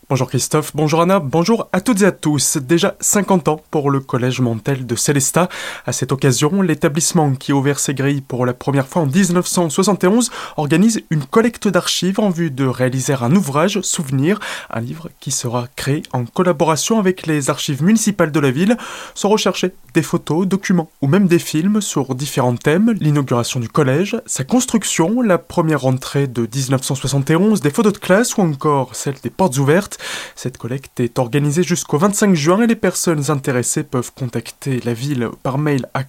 Bonjour Christophe, bonjour Anna, bonjour à toutes et à tous. Déjà 50 ans pour le collège Montel de Sélestat. À cette occasion, l'établissement qui a ouvert ses grilles pour la première fois en 1971 organise une collecte d'archives en vue de réaliser un ouvrage souvenir, un livre qui sera créé en collaboration avec les archives municipales de la ville. Sont recherchés des photos, documents ou même des films sur différents thèmes, l'inauguration du collège, sa construction, la première rentrée de 1971, des photos de classe ou encore celle des portes ouvertes. Cette collecte est organisée jusqu'au 25 juin et les personnes intéressées peuvent contacter la ville par mail à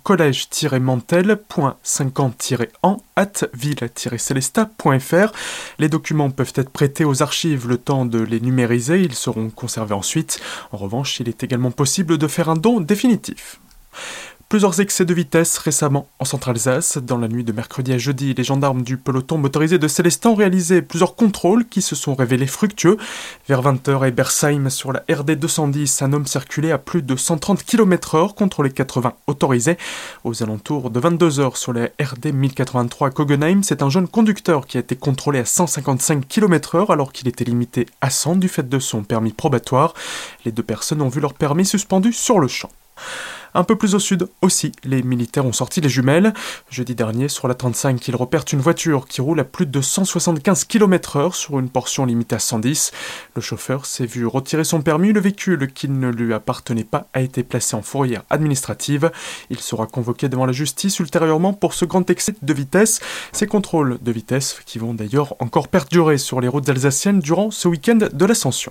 collège-montel.50-en@ville-celesta.fr. Les documents peuvent être prêtés aux archives le temps de les numériser, ils seront conservés ensuite. En revanche, il est également possible de faire un don définitif. Plusieurs excès de vitesse récemment en Centre-Alsace. Dans la nuit de mercredi à jeudi, les gendarmes du peloton motorisé de Sélestat ont réalisé plusieurs contrôles qui se sont révélés fructueux. Vers 20h à Ebersheim, sur la RD 210, un homme circulait à plus de 130 km/h contre les 80 autorisés. Aux alentours de 22h sur la RD 1083 à Kogenheim, c'est un jeune conducteur qui a été contrôlé à 155 km/h alors qu'il était limité à 100 du fait de son permis probatoire. Les deux personnes ont vu leur permis suspendu sur le champ. Un peu plus au sud aussi, les militaires ont sorti les jumelles. Jeudi dernier, sur la 35, ils repèrent une voiture qui roule à plus de 175 km/h sur une portion limitée à 110. Le chauffeur s'est vu retirer son permis. Le véhicule qui ne lui appartenait pas a été placé en fourrière administrative. Il sera convoqué devant la justice ultérieurement pour ce grand excès de vitesse. Ces contrôles de vitesse qui vont d'ailleurs encore perdurer sur les routes alsaciennes durant ce week-end de l'Ascension.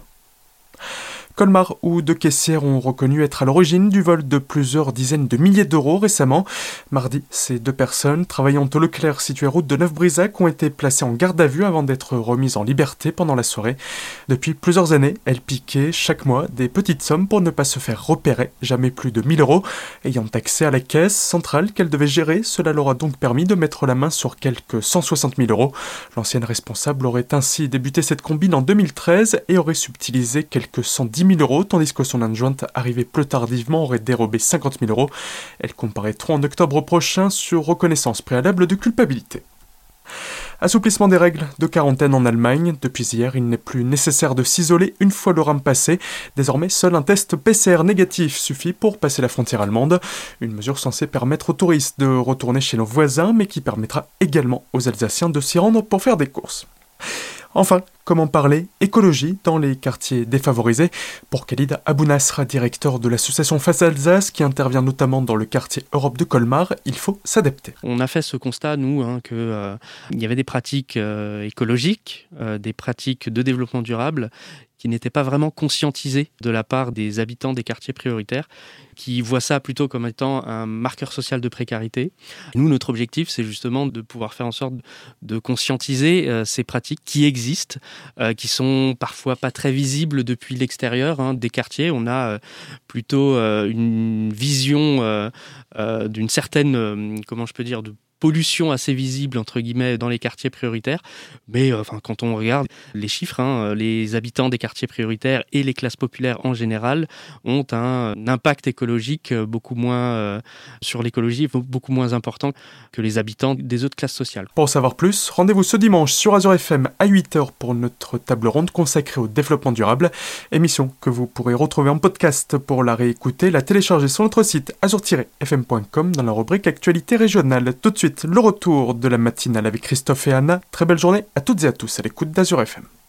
Colmar ou deux caissières ont reconnu être à l'origine du vol de plusieurs dizaines de milliers d'euros récemment. Mardi, ces deux personnes, travaillant au Leclerc situé route de Neuf-Brisac, ont été placées en garde à vue avant d'être remises en liberté pendant la soirée. Depuis plusieurs années, elles piquaient chaque mois des petites sommes pour ne pas se faire repérer, jamais plus de 1000 euros. Ayant accès à la caisse centrale qu'elles devaient gérer, cela leur a donc permis de mettre la main sur quelques 160 000 euros. L'ancienne responsable aurait ainsi débuté cette combine en 2013 et aurait subtilisé quelques 110 000 euros, tandis que son adjointe, arrivée plus tardivement, aurait dérobé 50 000 euros. Elles comparaîtront en octobre prochain sur reconnaissance préalable de culpabilité. Assouplissement des règles de quarantaine en Allemagne. Depuis hier, il n'est plus nécessaire de s'isoler une fois le rame passé. Désormais, seul un test PCR négatif suffit pour passer la frontière allemande. Une mesure censée permettre aux touristes de retourner chez nos voisins, mais qui permettra également aux Alsaciens de s'y rendre pour faire des courses. Enfin, comment parler écologie dans les quartiers défavorisés? Pour Khalid Abounasra, directeur de l'association Face Alsace, qui intervient notamment dans le quartier Europe de Colmar, il faut s'adapter. On a fait ce constat, nous, qu'il y avait des pratiques écologiques, des pratiques de développement durable qui n'étaient pas vraiment conscientisées de la part des habitants des quartiers prioritaires, qui voient ça plutôt comme étant un marqueur social de précarité. Nous, notre objectif, c'est justement de pouvoir faire en sorte de conscientiser ces pratiques qui existent, qui sont parfois pas très visibles depuis l'extérieur des quartiers. On a plutôt une vision d'une certaine, de pollution assez visible, entre guillemets, dans les quartiers prioritaires. Mais quand on regarde les chiffres, les habitants des quartiers prioritaires et les classes populaires en général ont un impact écologique beaucoup moins sur l'écologie, beaucoup moins important que les habitants des autres classes sociales. Pour en savoir plus, rendez-vous ce dimanche sur Azure FM à 8h pour notre table ronde consacrée au développement durable. Émission que vous pourrez retrouver en podcast pour la réécouter, la télécharger sur notre site azure-fm.com dans la rubrique Actualité régionale. Tout de suite, le retour de la matinale avec Christophe et Anna. Très belle journée à toutes et à tous à l'écoute d'Azure FM.